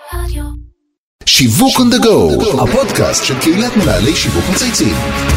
שיווק on the go, הפודקאסט של קהילת מנהלי שיווק מצייצים.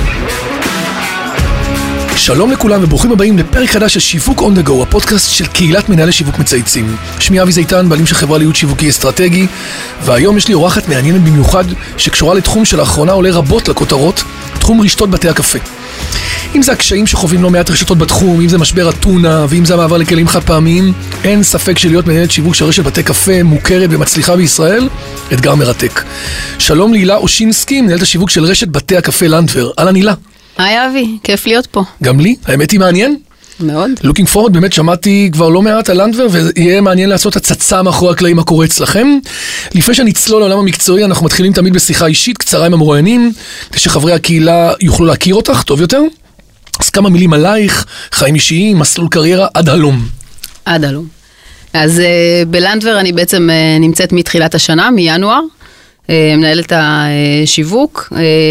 שלום לכולם וברוכים הבאים לפרק חדש של שיווק on the go, הפודקאסט של קהילת מנהלי שיווק מצייצים. שמי אבי זיתן, בעלים של חברה לייעוץ שיווקי אסטרטגי, והיום יש לי אורחת מעניינת במיוחד שקשורה לתחום שלאחרונה עולה רבות לכותרות, תחום רשתות בתי הקפה. אם זה הקשיים שחווים לא מעט רשתות בתחום, אם זה משבר הטונה, ואם זה המעבר לכלים חד פעמיים, אין ספק שלהיות מנהלת שיווק של רשת בתי קפה מוכרת ומצליחה בישראל, אתגר מרתק. שלום להילה אושינסקי, מנהלת השיווק של רשת בתי הקפה לנדבר. אהלן הילה. היי אבי, כיף להיות פה. גם לי, האמת היא מעניין. מאוד. Looking forward, באמת שמעתי כבר לא מעט על לנדבר, ויהיה מעניין לעשות הצצה מאחורי הקלעים מה קורה אצלכם. לפני שנצלול לעולם המקצועי, אנחנו מתחילים תמיד בשיחה אישית קצרה עם המרואיינים, כדי שחברי הקהילה יוכלו להכיר אותך טוב יותר. אז כמה מילים עלייך, חיים אישיים, מסלול קריירה, עד הלום. עד הלום. אז בלנדבר אני בעצם נמצאת מתחילת השנה, מינואר. מנהלת השיווק,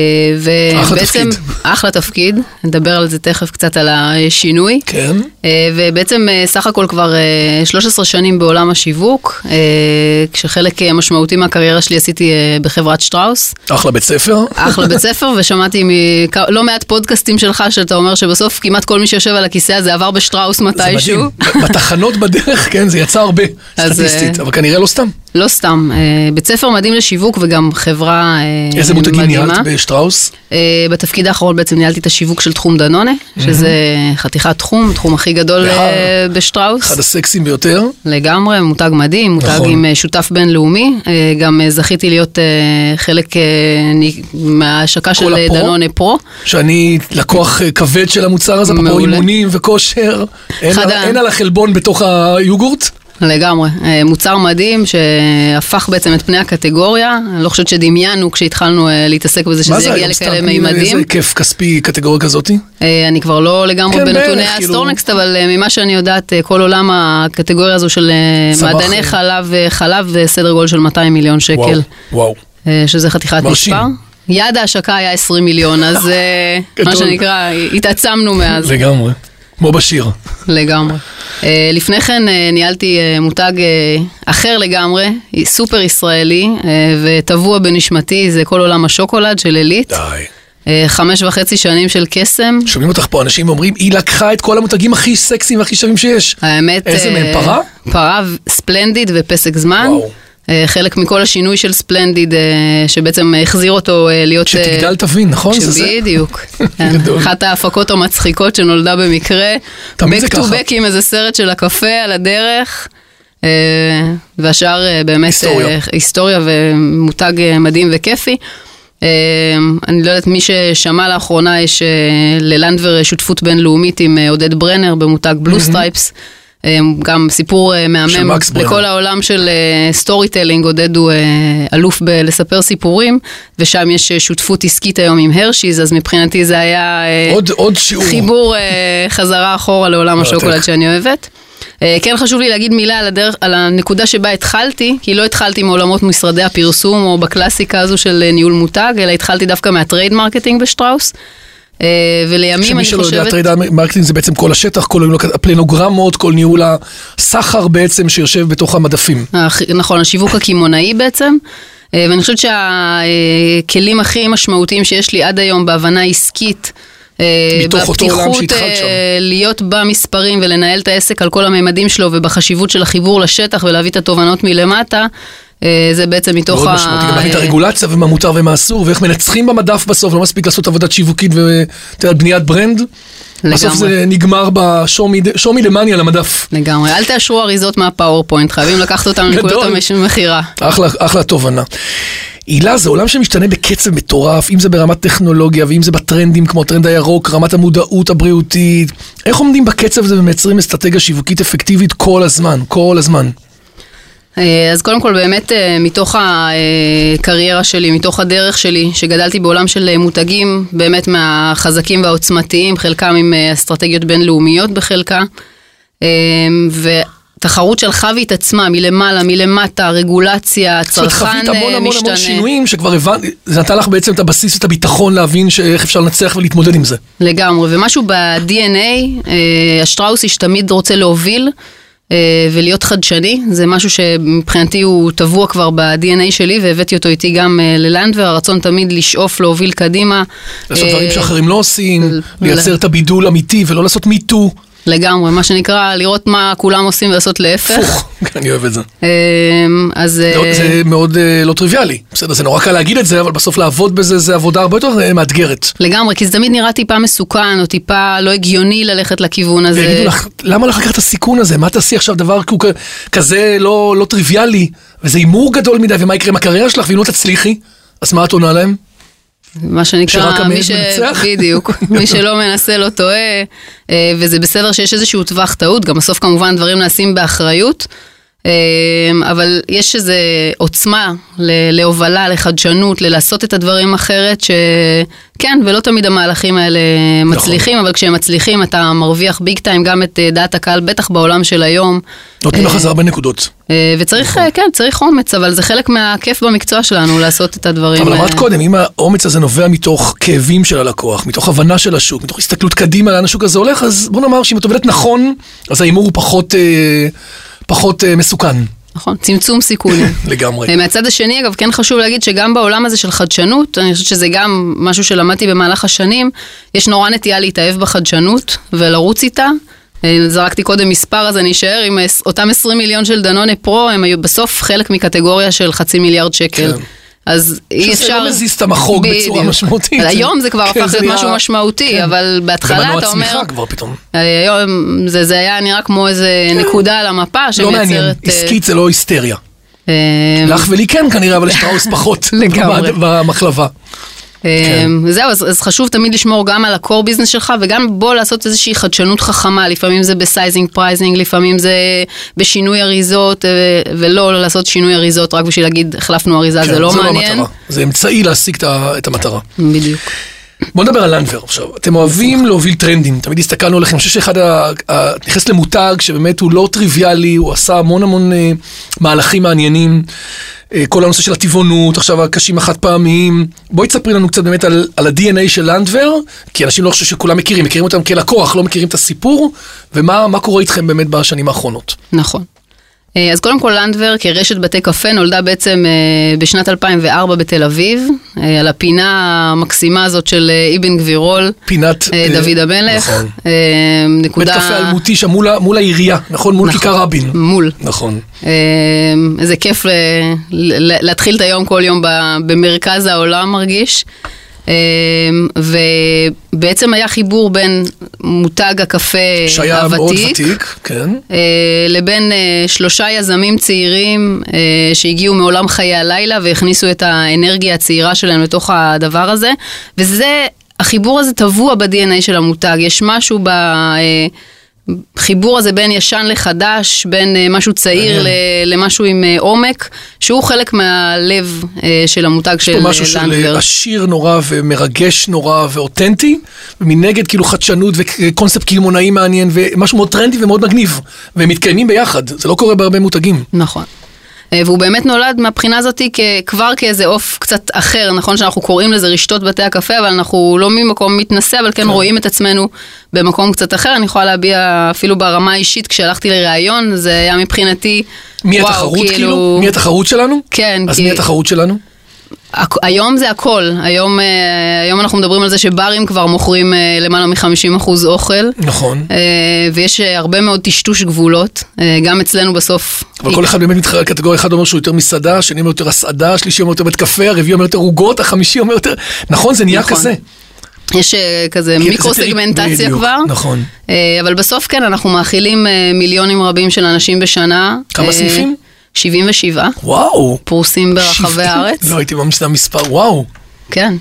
ובעצם אחלה תפקיד, נדבר על זה תכף קצת על השינוי, כן. ובעצם סך הכל כבר 13 שנים בעולם השיווק, כשחלק משמעותי מהקריירה שלי עשיתי בחברת שטראוס. אחלה בית ספר. אחלה בית ספר, ושמעתי לא מעט פודקאסטים שלך, שאתה אומר שבסוף כמעט כל מי שיושב על הכיסא הזה עבר בשטראוס מתישהו. זה מדהים, בתחנות בדרך, כן, זה יצא הרבה סטטיסטית, אבל כנראה לא סתם. לא סתם, בית ספר מדהים לשיווק וגם חברה מדהימה. איזה מותגים ניהלת בשטראוס? בתפקיד האחרון בעצם ניהלתי את השיווק של תחום דנונה, שזה חתיכת תחום הכי גדול בשטראוס. אחד הסקסים ביותר. לגמרי, מותג מדהים, מותג עם שותף בינלאומי, גם זכיתי להיות חלק מההשקה של דנונה פרו. שאני לקוח כבד של המוצר הזה, פה אימונים וכושר, אין על החלבון בתוך היוגורט? לגמרי, מוצר מדהים שהפך בעצם את פני הקטגוריה, אני לא חושבת שדמיינו כשהתחלנו להתעסק בזה שזה יגיע לכאלה מימדים. איזה כיף כספי קטגוריה כזאת? אני כבר לא לגמרי בנתוני הסטורנקסט, אבל ממה שאני יודעת, כל עולם הקטגוריה הזו של מעדני חלב וסדר גודל של 200 מיליון שקל. וואו. שזה חתיכת מספר. יעד ההשקה היה 20 מיליון, אז מה שנקרא, התעצמנו מאז. לגמרי. כמו בשיר. לגמרי. לפני כן ניהלתי מותג אחר לגמרי, סופר ישראלי, וטבוע בנשמתי, זה כל עולם השוקולד של אלית. די. 5.5 שנים של קסם. שומעים אותך פה, אנשים אומרים, היא לקחה את כל המותגים הכי סקסיים והכי שווים שיש. האמת, איזה מהם, פרה? פרה, ספלנדיד ופסק זמן. וואו. חלק מכל השינוי של ספלנדיד, שבעצם החזיר אותו להיות... שתגדל תבין, נכון? בדיוק. אחת ההפקות המצחיקות שנולדה במקרה. תמיד זה ככה. back to back עם איזה סרט של הקפה על הדרך. והשאר באמת היסטוריה ומותג מדהים וכיפי. אני לא יודעת, מי ששמע לאחרונה, יש ללנדבר שותפות בינלאומית עם עודד ברנר במותג בלו סטרייפס. גם סיפור מהמם לכל העולם של סטורי טלינג, עודד הוא אלוף בלספר סיפורים, ושם יש שותפות עסקית היום עם הרשיז, אז מבחינתי זה היה עוד שיעור. חיבור חזרה אחורה לעולם השוקולד שאני אוהבת. כן חשוב לי להגיד מילה על הנקודה שבה התחלתי, כי לא התחלתי מעולמות משרדי הפרסום או בקלאסיקה הזו של ניהול מותג, אלא התחלתי דווקא מהטרייד מרקטינג בשטראוס. ולימים אני חושבת... שמי שלא יודע, טרייד מרקטינג זה בעצם כל השטח, כל הפלנוגרמות, כל ניהול הסחר בעצם שיושב בתוך המדפים. נכון, השיווק הכימונאי בעצם, ואני חושבת שהכלים הכי משמעותיים שיש לי עד היום בהבנה עסקית, והפתיחות להיות במספרים ולנהל את העסק על כל הממדים שלו, ובחשיבות של החיבור לשטח ולהביא את התובנות מלמטה, זה בעצם מתוך מאוד משמעותי, גם להביא את הרגולציה ומה מותר ומה אסור, ואיך מנצחים במדף בסוף, לא מספיק לעשות עבודת שיווקית ובניית ברנד. בסוף זה נגמר בשומי למאני על המדף. לגמרי, אל תאשרו אריזות מהפאורפוינט, חייבים לקחת אותם לנקודות המחירה. אחלה תובנה. הילה, זה עולם שמשתנה בקצב מטורף, אם זה ברמת טכנולוגיה, ואם זה בטרנדים כמו טרנד הירוק, רמת המודעות הבריאותית. איך עומדים בקצב הזה ומייצרים אסטרטגיה שיווקית אפקטיבית כל הזמן? אז קודם כל באמת מתוך הקריירה שלי, מתוך הדרך שלי, שגדלתי בעולם של מותגים באמת מהחזקים והעוצמתיים, חלקם עם אסטרטגיות בינלאומיות בחלקה, ותחרות שלך והתעצמה מלמעלה, מלמטה, רגולציה, הצרכן משתנה. חווית המון שינויים שכבר הבנת, זה נתן לך בעצם את הבסיס ואת הביטחון להבין איך אפשר לנצח ולהתמודד עם זה. לגמרי, ומשהו ב-DNA, השטראוס תמיד רוצה להוביל, ולהיות חדשני, זה משהו שמבחינתי הוא טבוע כבר ב-DNA שלי, והבאתי אותו איתי גם ללנדבר, הרצון תמיד לשאוף, להוביל קדימה. לעשות דברים שאחרים לא עושים, לייצר את הבידול אמיתי ולא לעשות מיטו. לגמרי, מה שנקרא, לראות מה כולם עושים ולעשות להפך. פוך, אני אוהב את זה. אז... זה מאוד לא טריוויאלי. בסדר, זה נורא קל להגיד את זה, אבל בסוף לעבוד בזה זה עבודה הרבה יותר מאתגרת. לגמרי, כי זה תמיד נראה טיפה מסוכן, או טיפה לא הגיוני ללכת לכיוון הזה. ויגידו לך, למה לך לקחת את הסיכון הזה? מה תעשי עכשיו דבר כזה לא טריוויאלי, וזה אימור גדול מדי, ומה יקרה עם הקריירה שלך, ואם לא תצליחי, אז מה את עונה להם? מה שנקרא, בדיוק, מי שלא מנסה לא טועה, וזה בסדר שיש איזשהו טווח טעות, גם בסוף כמובן דברים נעשים באחריות, אבל יש איזו עוצמה להובלה, לחדשנות, ללעשות את הדברים אחרת, שכן, ולא תמיד המהלכים האלה מצליחים, אבל כשהם מצליחים אתה מרוויח ביג טיים גם את דעת הקהל, בטח בעולם של היום. נותנים לך הרבה נקודות. וצריך, כן, צריך אומץ, אבל זה חלק מהכיף במקצוע שלנו, לעשות את הדברים. אבל אמרת קודם, אם האומץ הזה נובע מתוך כאבים של הלקוח, מתוך הבנה של השוק, מתוך הסתכלות קדימה לאן השוק הזה הולך, אז בוא נאמר שאם את עובדת נכון, אז האימור הוא פחות מסוכן. נכון, צמצום סיכונים. לגמרי. מהצד השני, אגב, כן חשוב להגיד שגם בעולם הזה של חדשנות, אני חושבת שזה גם משהו שלמדתי במהלך השנים, יש נורא נטייה להתאהב בחדשנות ולרוץ איתה. זרקתי קודם מספר, אז אני אשאר עם אותם 20 מיליון של דנונה פרו, הם היו בסוף חלק מקטגוריה של 500 מיליון שקל. אז אי אפשר... שזה לא מזיז את המחוג בצורה משמעותית. היום זה כבר הפך להיות משהו משמעותי, אבל בהתחלה אתה אומר... זה מנוע צמיחה כבר פתאום. היום זה היה נראה כמו איזה נקודה על המפה שמייצרת... לא מעניין, עסקית זה לא היסטריה. לך ולי כן כנראה, אבל שטראוס פחות במחלבה. זהו, אז חשוב תמיד לשמור גם על הקור ביזנס שלך, וגם בוא לעשות איזושהי חדשנות חכמה, לפעמים זה בסייזינג פרייזינג, לפעמים זה בשינוי אריזות, ולא לעשות שינוי אריזות רק בשביל להגיד, החלפנו אריזה, זה לא מעניין. זה אמצעי להשיג את המטרה. בדיוק. בוא נדבר על לנדבר עכשיו. אתם אוהבים להוביל טרנדים, תמיד הסתכלנו עליכם, אני חושב שאחד נכנס למותג שבאמת הוא לא טריוויאלי, הוא עשה המון מהלכים מעניינים, כל הנושא של הטבעונות, עכשיו הקשים החד פעמיים. בואי תספרי לנו קצת באמת על ה-DNA של לנדבר, כי אנשים לא חושב שכולם מכירים אותם כלקוח, לא מכירים את הסיפור, ומה קורה איתכם באמת בשנים האחרונות. נכון. אז קודם כל לנדבר כרשת בתי קפה נולדה בעצם בשנת 2004 בתל אביב, על הפינה המקסימה הזאת של אבן גבירול, פינת דוד המלך. נכון. בית קפה אלמותי שם מול העירייה, נכון? מול כיכר רבין. מול. נכון. איזה כיף להתחיל את היום כל יום במרכז העולם מרגיש. ובעצם היה חיבור בין מותג הקפה שהיה מאוד ותיק, כן. לבין 3 יזמים צעירים שהגיעו מעולם חיי הלילה והכניסו את האנרגיה הצעירה שלהם לתוך הדבר הזה, וזה, החיבור הזה טבוע ב-DNA של המותג. יש משהו חיבור הזה בין ישן לחדש, בין משהו צעיר למשהו עם עומק, שהוא חלק מהלב של המותג של לנדבר. יש פה משהו של עשיר נורא ומרגש נורא ואותנטי, ומנגד כאילו חדשנות וקונספט קמעונאי מעניין, ומשהו מאוד טרנדי ומאוד מגניב, והם מתקיימים ביחד, זה לא קורה בהרבה מותגים. נכון. והוא באמת נולד מהבחינה הזאת כבר כאיזה אוף קצת אחר, נכון שאנחנו קוראים לזה רשתות בתי הקפה, אבל אנחנו לא ממקום מתנסה, אבל כן רואים את עצמנו במקום קצת אחר. אני יכולה להביע אפילו ברמה האישית, כשהלכתי לראיון, זה היה מבחינתי... מי התחרות כאילו? מי התחרות שלנו? כן. אז מי התחרות שלנו? היום זה הכל, היום אנחנו מדברים על זה שברים כבר מוכרים למעלה מ-50% אוכל. נכון. ויש הרבה מאוד טשטוש גבולות, גם אצלנו בסוף. אבל כל אחד באמת מתחרה, קטגוריה אחד אומר שהוא יותר מסעדה, שני אומר יותר הסעדה, שלישי אומר יותר בית קפה, הרביעי אומר יותר עוגות, החמישי אומר יותר... נכון, זה נהיה כזה. יש כזה מיקרו-סגמנטציה כבר. נכון. אבל בסוף כן, אנחנו מאכילים מיליונים רבים של אנשים בשנה. כמה סניפים? 77. וואו. פרוסים ברחבי הארץ. לא הייתי ממש מספר, וואו. כן.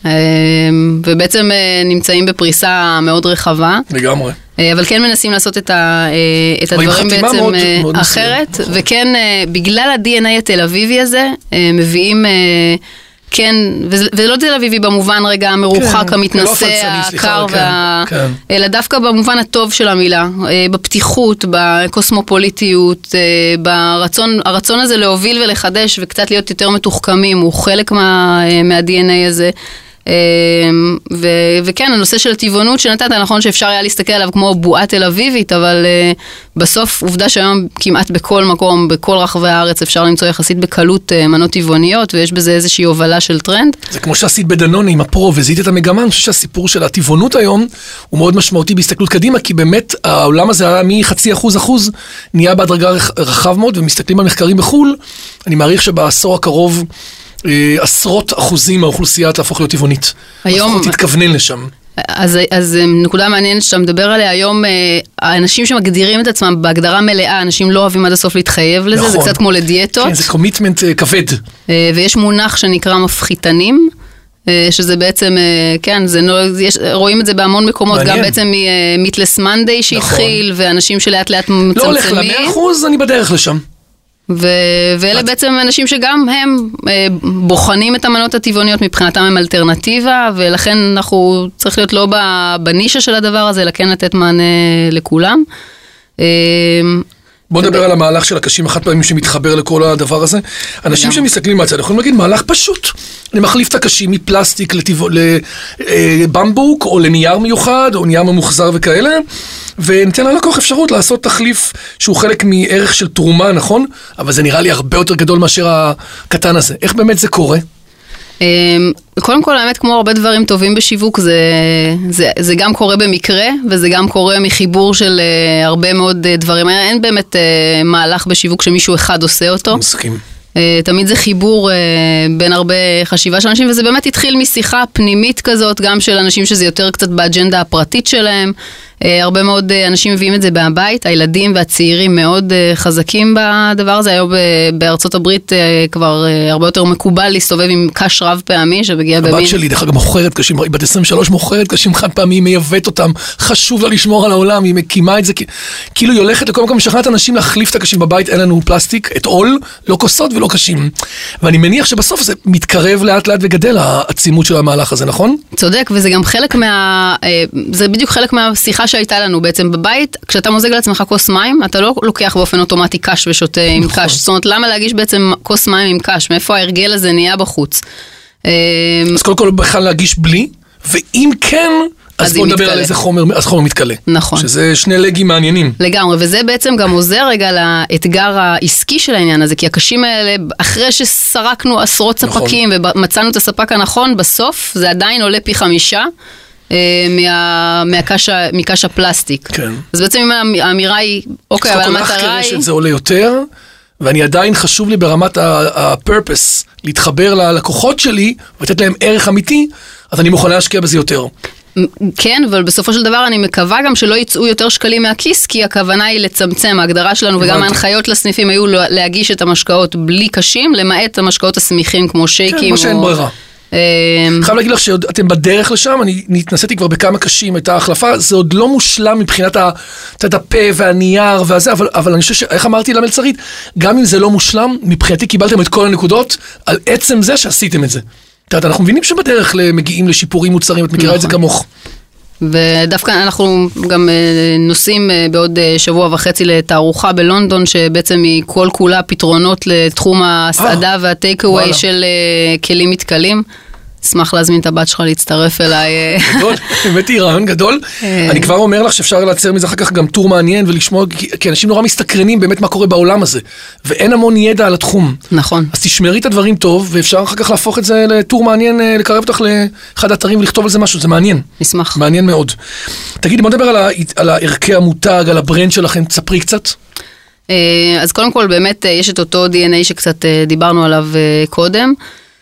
ובעצם נמצאים בפריסה מאוד רחבה. לגמרי. אבל כן מנסים לעשות את הדברים בעצם אחרת. וכן, בגלל ה-DNA התל אביבי הזה, מביאים... כן, וזה לא תל אביבי במובן רגע המרוחק, המתנשא, הקר, אלא דווקא במובן הטוב של המילה, בפתיחות, בקוסמופוליטיות, הרצון הזה להוביל ולחדש וקצת להיות יותר מתוחכמים, הוא חלק מה-DNA הזה. וכן, הנושא של הטבעונות שנתת, נכון שאפשר היה להסתכל עליו כמו בועה תל אביבית, אבל בסוף עובדה שהיום כמעט בכל מקום, בכל רחבי הארץ, אפשר למצוא יחסית בקלות מנות טבעוניות, ויש בזה איזושהי הובלה של טרנד. זה כמו שעשית בדנונה עם הפרו, וזיהית את המגמה, אני חושב שהסיפור של הטבעונות היום, הוא מאוד משמעותי בהסתכלות קדימה, כי באמת העולם הזה היה מ0.5% נהיה בהדרגה רחב מאוד, ומסתכלים על מחקרים בחול, אני מעריך שבעשור הקרוב, עשרות אחוזים מהאוכלוסייה תהפוך להיות טבעונית. היום תתכוונן לשם. אז נקודה מעניינת שאתה מדבר עליה, היום האנשים שמגדירים את עצמם בהגדרה מלאה, אנשים לא אוהבים עד הסוף להתחייב לזה, זה קצת כמו לדיאטות. כן, זה קומיטמנט כבד. ויש מונח שנקרא מפחיתנים, שזה בעצם, כן, רואים את זה בהמון מקומות, גם בעצם מיטלס מנדי שהתחיל, ואנשים שלאט לאט מצמצמים. לא הולך ל100%, אני בדרך לשם. ואלה בעצם אנשים שגם הם בוחנים את המנות הטבעוניות, מבחינתם הם אלטרנטיבה, ולכן אנחנו צריך להיות לא בנישה של הדבר הזה, אלא כן לתת מענה לכולם. בוא נדבר על המהלך של הקשים החד פעמים שמתחבר לכל הדבר הזה. אנשים שמסתכלים מהצד, יכולים להגיד מהלך פשוט. אני מחליף את הקשים מפלסטיק לבמבוק, או לנייר מיוחד, או נייר ממוחזר וכאלה, וניתן ללקוח אפשרות לעשות תחליף שהוא חלק מערך של תרומה, נכון? אבל זה נראה לי הרבה יותר גדול מאשר הקטן הזה. איך באמת זה קורה? קודם כל, האמת, כמו הרבה דברים טובים בשיווק, זה גם קורה במקרה, וזה גם קורה מחיבור של הרבה מאוד דברים. אין באמת מהלך בשיווק שמישהו אחד עושה אותו. מסכים. תמיד זה חיבור בין הרבה חשיבה של אנשים, וזה באמת התחיל משיחה פנימית כזאת, גם של אנשים שזה יותר קצת באג'נדה הפרטית שלהם. הרבה מאוד אנשים מביאים את זה מהבית, הילדים והצעירים מאוד חזקים בדבר הזה. היום בארצות הברית כבר הרבה יותר מקובל להסתובב עם קש רב פעמי שמגיע במין. הבת שלי, דרך אגב, מוכרת קשים, היא בת 23, מוכרת קשים חד פעמי, היא מייבאת אותם, חשוב לה לשמור על העולם, היא מקימה את זה, כאילו היא הולכת לכל מקום, משכנעת אנשים להחליף את הקשים בבית, אין לנו פלסטיק, את עול, לא כוסות ולא קשים. ואני מניח שבסוף זה מתקרב לאט לאט וגדל, העצימות של המהלך הזה, נכון? צודק, וזה גם חלק זה בדיוק חלק מהשיחה שהייתה לנו בעצם בבית. כשאתה מוזג לעצמך כוס מים, אתה לא לוקח באופן אוטומטי קש ושותה עם קש. זאת אומרת, למה להגיש בעצם כוס מים עם קש? מאיפה ההרגל הזה נהיה בחוץ? אז קודם כל בכלל להגיש בלי, ואם כן, אז בוא נדבר על איזה חומר, אז חומר מתקלה. נכון. שזה שני לגים מעניינים. לגמרי, וזה בעצם גם עוזר רגע לאתגר העסקי של העניין הזה, כי הקשים האלה, אחרי שסרקנו עשרות ספקים, ומצאנו את הספק הנכון, בסוף זה עדיין עולה פי 5, מקש הפלסטיק. כן. אז בעצם האמירה היא, אוקיי, אבל המטרה היא... זה עולה יותר, ואני עדיין חשוב לי ברמת ה-purpose, להתחבר ללקוחות שלי, ולתת להם ערך אמיתי, אז אני מוכן להשקיע בזה יותר. כן, אבל בסופו של דבר אני מקווה גם שלא יצאו יותר שקלים מהכיס, כי הכוונה היא לצמצם, ההגדרה שלנו וגם ההנחיות לסניפים היו להגיש את המשקאות בלי קשים, למעט המשקאות הסמיכים כמו שייקים. כן, מה שאין ברירה. חייב להגיד לך שאתם בדרך לשם, אני התנסיתי כבר בכמה קשים, הייתה החלפה, זה עוד לא מושלם מבחינת הפה והנייר והזה, אבל אני חושב איך אמרתי למלצרית, גם אם זה לא מושלם, מבחינתי קיבלתם את כל הנקודות על עצם זה שעשיתם את זה. אנחנו מבינים שבדרך מגיעים לשיפורים מוצרים, את מכירה את זה כמוך. ודווקא אנחנו גם נוסעים בעוד שבוע וחצי לתערוכה בלונדון, שבעצם היא כל כולה פתרונות לתחום הסעדה והטייק-אווי של כלים מתקלים. אשמח להזמין את הבת שלך להצטרף אליי. גדול, באמת היא רעיון גדול. אני כבר אומר לך שאפשר לייצר מזה אחר כך גם טור מעניין ולשמוע, כי אנשים נורא מסתקרנים באמת מה קורה בעולם הזה, ואין המון ידע על התחום. נכון. אז תשמרי את הדברים טוב, ואפשר אחר כך להפוך את זה לטור מעניין, לקרב אותך לאחד האתרים ולכתוב על זה משהו, זה מעניין. נשמח. מעניין מאוד. תגידי, בוא נדבר על הערכי המותג, על הברנד שלכם, תספרי קצת. אז קודם כל באמת יש את אותו DNA שקצת דיברנו עליו קודם.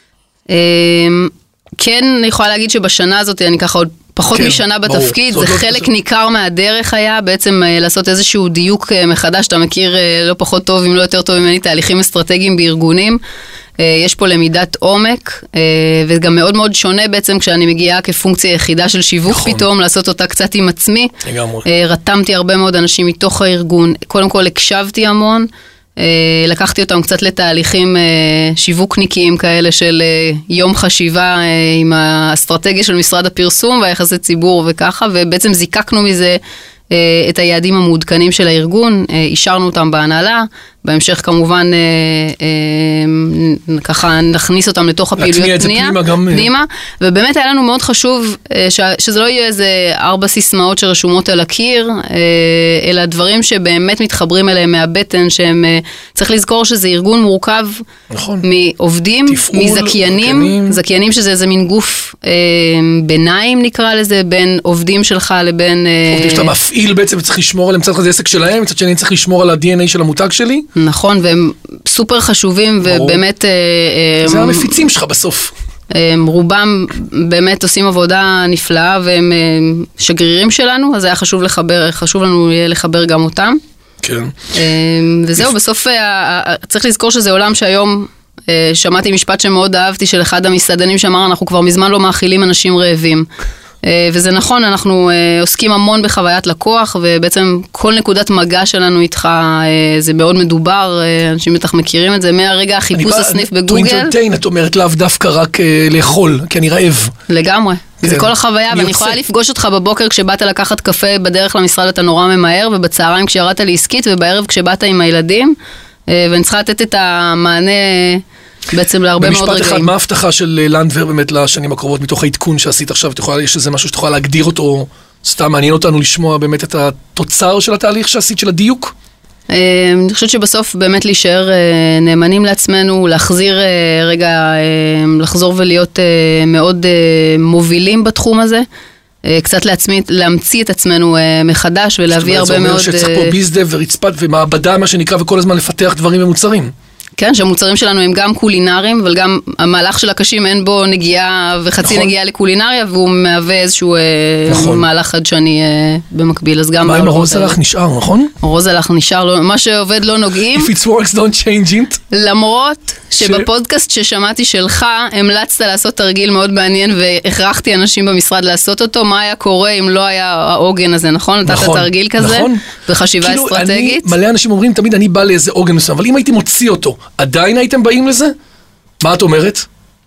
כן, אני יכולה להגיד שבשנה הזאת, אני ככה עוד פחות משנה בתפקיד, זה חלק ניכר מהדרך היה, בעצם לעשות איזשהו דיוק מחדש, אתה מכיר לא פחות טוב, אם לא יותר טוב ממני, תהליכים אסטרטגיים בארגונים, יש פה למידת עומק, וגם מאוד מאוד שונה בעצם כשאני מגיעה כפונקציה יחידה של שיווק פתאום, לעשות אותה קצת עם עצמי, רתמתי הרבה מאוד אנשים מתוך הארגון, קודם כל הקשבתי המון, לקחתי אותם קצת לתהליכים שיווקניקיים כאלה של יום חשיבה עם האסטרטגיה של משרד הפרסום והיחסי ציבור וככה, ובעצם זיקקנו מזה את היעדים המעודכנים של הארגון, אישרנו אותם בהנהלה, בהמשך כמובן ככה נכניס אותם לתוך הפעילויות פנימה, ובאמת היה לנו מאוד חשוב שזה לא יהיה איזה 4 סיסמאות שרשומות על הקיר, אלא דברים שבאמת מתחברים אליהם מהבטן, שהם, צריך לזכור שזה ארגון מורכב מעובדים, מזכיינים, זכיינים שזה איזה מין גוף ביניים נקרא לזה, בין עובדים שלך לבין... עובדים שאתה מפעיל בעצם וצריך לשמור עליהם, מצד זה עסק שלהם, מצד שני צריך לשמור על ה-DNA של המותג שלי. נכון, והם סופר חשובים ובאמת... זה המפיצים שלך בסוף. רובם באמת עושים עבודה נפלאה והם שגרירים שלנו, אז היה חשוב לנו לחבר גם אותם. כן. וזהו, בסוף צריך לזכור שזה עולם שהיום שמעתי משפט שמאוד אהבתי של אחד המסעדנים שאמר, אנחנו כבר מזמן לא מאכילים אנשים רעבים. וזה נכון, אנחנו עוסקים המון בחוויית לקוח, ובעצם כל נקודת מגע שלנו איתך, זה מאוד מדובר, אנשים בטח מכירים את זה, מהרגע החיפוש הסניף בגוגל. To entertain, את אומרת לאו דווקא רק לאכול, כי אני רעב. לגמרי. זה כל החוויה, ואני יכולה לפגוש אותך בבוקר כשבאת לקחת קפה בדרך למשרד, אתה נורא ממהר, ובצהריים כשירדת לעסקית, ובערב כשבאת עם הילדים, ואני צריכה לתת את המענה בעצם להרבה מאוד רגעים. במשפט אחד, מה ההבטחה של לנדבר באמת לשנים הקרובות, מתוך העדכון שעשית עכשיו? יש איזה משהו שתוכל להגדיר אותו, סתם מעניין אותנו לשמוע באמת את התוצר של התהליך שעשית, של הדיוק? אני חושבת שבסוף באמת להישאר נאמנים לעצמנו, להחזיר רגע, לחזור ולהיות מאוד מובילים בתחום הזה, קצת להמציא את עצמנו מחדש ולהביא הרבה מאוד... זאת אומרת, זה אומר שצריך פה ביזדב ורצפת ומעבדה, מה שנקרא, וכל הזמן לפתח דברים ומוצרים. כן, שהמוצרים שלנו הם גם קולינריים, אבל גם המהלך של הקשים אין בו נגיעה וחצי נגיעה לקולינריה, והוא מהווה איזשהו מהלך חדשני במקביל. אז גם מה עם הרוזלח נשאר, נכון? הרוזלח נשאר, מה שעובד לא נוגעים. If it works, don't change it. למרות שבפודקאסט ששמעתי שלך, המלצת לעשות תרגיל מאוד מעניין, והכרחתי אנשים במשרד לעשות אותו. מה היה קורה אם לא היה העוגן הזה, נכון? נתת תרגיל כזה, בחשיבה אסטרטגית. מלא אנשים אומרים, תמיד אני בא לאיזה עוגן מסוים, אבל אם הייתי מוציא אותו, עדיין הייתם באים לזה? מה את אומרת?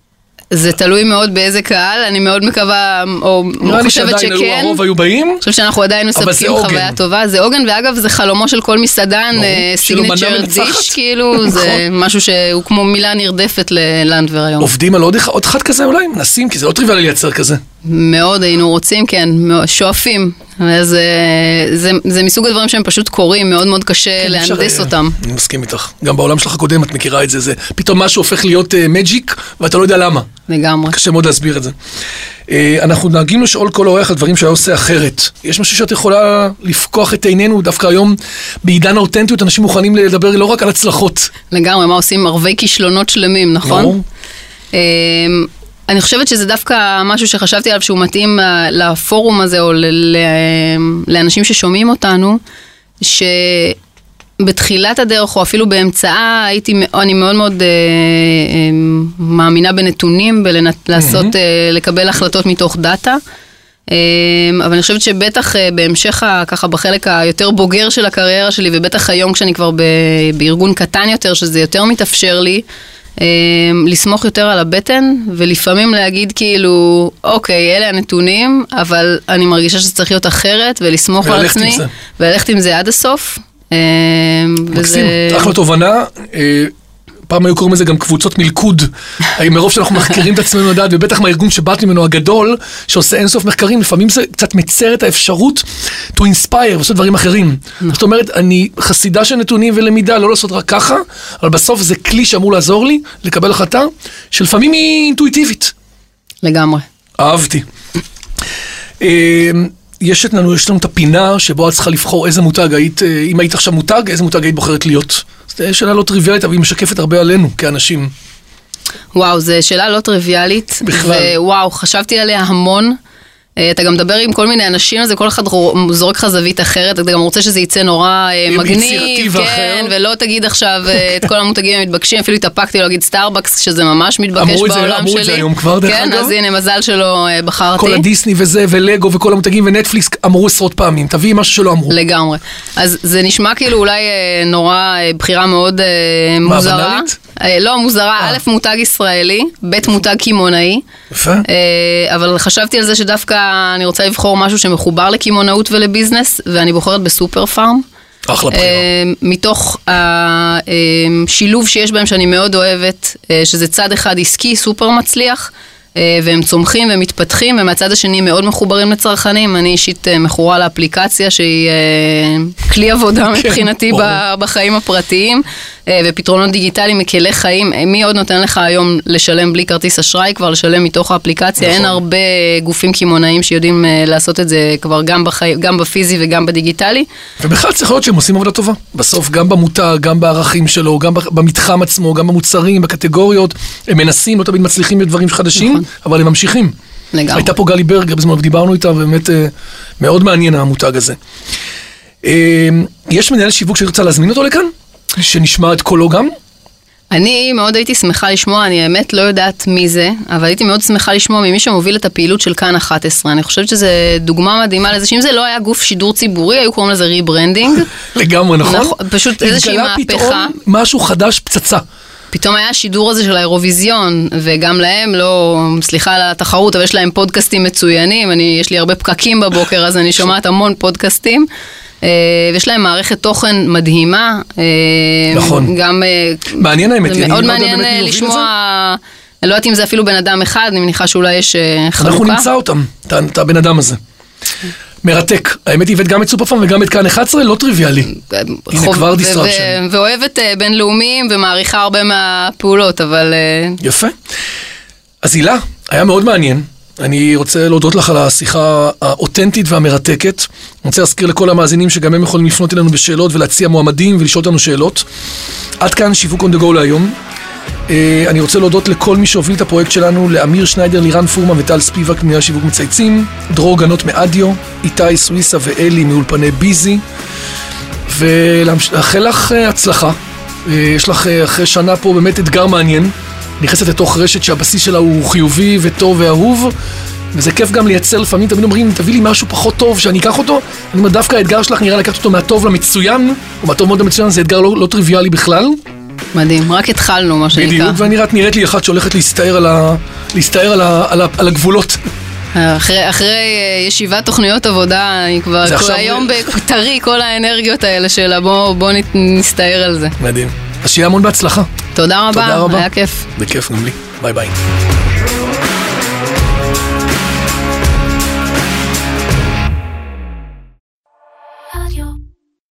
זה תלוי מאוד באיזה קהל, אני מאוד מקווה, או חושבת שכן. נראה לי שעדיין הרוב היו באים. אני חושבת שאנחנו עדיין מספקים חוויה טובה. זה עוגן, ואגב זה חלומו של כל מסעדן, סיגניצ'ר דיש, כאילו, זה משהו שהוא כמו מילה נרדפת ללנדבר היום. עובדים על עוד אחד כזה אולי? מנסים, כי זה לא טריוויאלי לייצר כזה. מאוד היינו רוצים, כן, שואפים. זה מסוג הדברים שהם פשוט קורים, מאוד מאוד קשה להנדס אותם. אני מסכים איתך. גם בעולם שלך הקודם את מכירה את זה, פתאום משהו הופך להיות מג'יק, ואתה לא יודע למה. לגמרי. קשה מאוד להסביר את זה. אנחנו נהגים לשאול כל אורח על דברים שהיה עושה אחרת. יש משהו שאת יכולה לפקוח את עינינו, דווקא היום בעידן האותנטיות, אנשים מוכנים לדבר לא רק על הצלחות. לגמרי, מה עושים ערבי כישלונות שלמים, נכון? אני חושבת שזה דווקא משהו שחשבתי עליו שהוא מתאים לפורום הזה, או לאנשים ששומעים אותנו, שבתחילת הדרך, או אפילו באמצעה, אני מאוד מאוד מאמינה בנתונים, לעשות, לקבל החלטות מתוך דאטה, אבל אני חושבת שבטח בהמשך, ככה בחלק היותר בוגר של הקריירה שלי, ובטח היום כשאני כבר בארגון קטן יותר, שזה יותר מתאפשר לי, לסמוך יותר על הבטן, ולפעמים להגיד כאילו, אוקיי, אלה הנתונים, אבל אני מרגישה שזה צריך להיות אחרת, ולסמוך על עצמי, וללכת עם זה עד הסוף. מקסים, אחלה תובנה. פעם היו קוראים לזה גם קבוצות מלכוד, מרוב שאנחנו מחקרים את עצמנו לדעת, ובטח מהארגון שבאת ממנו הגדול, שעושה אינסוף מחקרים, לפעמים זה קצת מצר את האפשרות to inspire, ועושה דברים אחרים. זאת אומרת, אני חסידה של נתונים ולמידה, לא לעשות רק ככה, אבל בסוף זה כלי שאמור לעזור לי, לקבל החלטה, שלפעמים היא אינטואיטיבית. לגמרי. אהבתי. יש לנו את הפינה שבו את צריכה לבחור איזה מותג היית, אם היית עכשיו מותג, איזה מותג היית בוחרת להיות. זו שאלה לא טריוויאלית, אבל היא משקפת הרבה עלינו כאנשים. וואו, זו שאלה לא טריוויאלית. בכלל. וואו, חשבתי עליה המון. אתה גם מדבר עם כל מיני אנשים, אז כל אחד זורק לך זווית אחרת, אתה גם רוצה שזה יצא נורא מגניב, כן, ולא תגיד עכשיו את כל המותגים המתבקשים, אפילו התאפקתי להגיד סטארבקס, שזה ממש מתבקש בעולם שלי. אמרו את זה היום כבר, דרך אגב. כן, אז הנה, מזל שלא בחרתי. כל הדיסני וזה, ולגו וכל המותגים ונטפליקס אמרו עשרות פעמים, תביאי משהו שלא אמרו. לגמרי. אז זה נשמע כאילו אולי נורא בחירה מאוד מוזרה. לא, מוזרה, א' מותג ישראלי, ב' מותג קימונאי. יפה. אבל חשבתי על זה שדווקא אני רוצה לבחור משהו שמחובר לקימונאות ולביזנס, ואני בוחרת בסופר פארם. אחלה בחירה. מתוך השילוב שיש בהם שאני מאוד אוהבת, שזה צד אחד עסקי סופר מצליח, והם צומחים ומתפתחים, ומהצד השני מאוד מחוברים לצרכנים. אני אישית מכורה לאפליקציה שהיא כלי עבודה מבחינתי בחיים הפרטיים, ופתרונות דיגיטליים מקלי חיים. מי עוד נותן לך היום לשלם בלי כרטיס אשראי, כבר לשלם מתוך האפליקציה? אין הרבה גופים כימונאים שיודעים לעשות את זה כבר גם בפיזי וגם בדיגיטלי. ובכלל צריך להיות שהם עושים עבודה טובה. בסוף גם במותג, גם בערכים שלו, גם במתחם עצמו, גם במוצרים, בקטגוריות. הם מנסים, לא תמיד מצליחים בדברים חדשים, אבל הם ממשיכים. לגמרי. הייתה פה גלי ברגר בזמן, ודיברנו איתה, באמת מאוד מעניין המותג הזה. יש מנהל שיווק שרצה להזמין אותו לכאן? שנשמע את קולו גם? אני מאוד הייתי שמחה לשמוע, אני האמת לא יודעת מי זה, אבל הייתי מאוד שמחה לשמוע ממי שמוביל את הפעילות של כאן 11. אני חושבת שזה דוגמה מדהימה לזה, שאם זה לא היה גוף שידור ציבורי, היו קוראים לזה ריברנדינג. לגמרי, נכון? פשוט איזושהי מהפכה. התגלה פתאום משהו חדש, פצצה. פתאום היה השידור הזה של האירוויזיון, וגם להם, לא, סליחה על התחרות, אבל יש להם פודקאסטים מצוינים, יש לי הרבה פקקים בבוקר, אז אני שומעת המון פודקאסטים, ויש להם מערכת תוכן מדהימה. נכון. גם, מעניין האמת, זה מאוד מעניין לשמוע, אני לא יודעת אם זה אפילו בן אדם אחד, אני מניחה שאולי יש חלוקה. אנחנו נמצא אותם, את הבן אדם הזה. מרתק. האמת היא, גם את סופרפארם וגם את כאן 11, לא טריוויאלי. הנה כבר דיסטרקשן. ואוהבת בינלאומיים ומעריכה הרבה מהפעולות, אבל... יפה. אז הילה, היה מאוד מעניין. אני רוצה להודות לך על השיחה האותנטית והמרתקת. אני רוצה להזכיר לכל המאזינים שגם הם יכולים לפנות אלינו בשאלות ולהציע מועמדים ולשאול אותנו שאלות. עד כאן שיווק on the go להיום. אני רוצה להודות לכל מי שהוביל את הפרויקט שלנו, לאמיר שניידר, לירן פורמה וטל ספיבק מנהל שיווק מצייצים, דרור גנות מאדיו, איתי סוויסה ואלי מאולפני ביזי, ולאחל לך הצלחה. יש לך אחרי שנה פה באמת אתגר מעניין, נכנסת לתוך רשת שהבסיס שלה הוא חיובי וטוב ואהוב, וזה כיף גם לייצר לפעמים, תמיד אומרים, תביא לי משהו פחות טוב שאני אקח אותו, אני אומר, דווקא האתגר שלך נראה לקחת אותו מהטוב למצוין, או מהטוב מאוד למצוין, זה אתגר לא טריוויאלי בכלל. מדהים, רק התחלנו מה שנקרא. בדיוק, ואני נראית לי אחת שהולכת להסתער על הגבולות. אחרי ישיבת תוכניות עבודה, אני כבר היום בטרי כל האנרגיות האלה שלה, בוא נסתער על זה. מדהים. אז שיהיה המון בהצלחה. תודה רבה, היה כיף. בכיף גם לי. ביי ביי.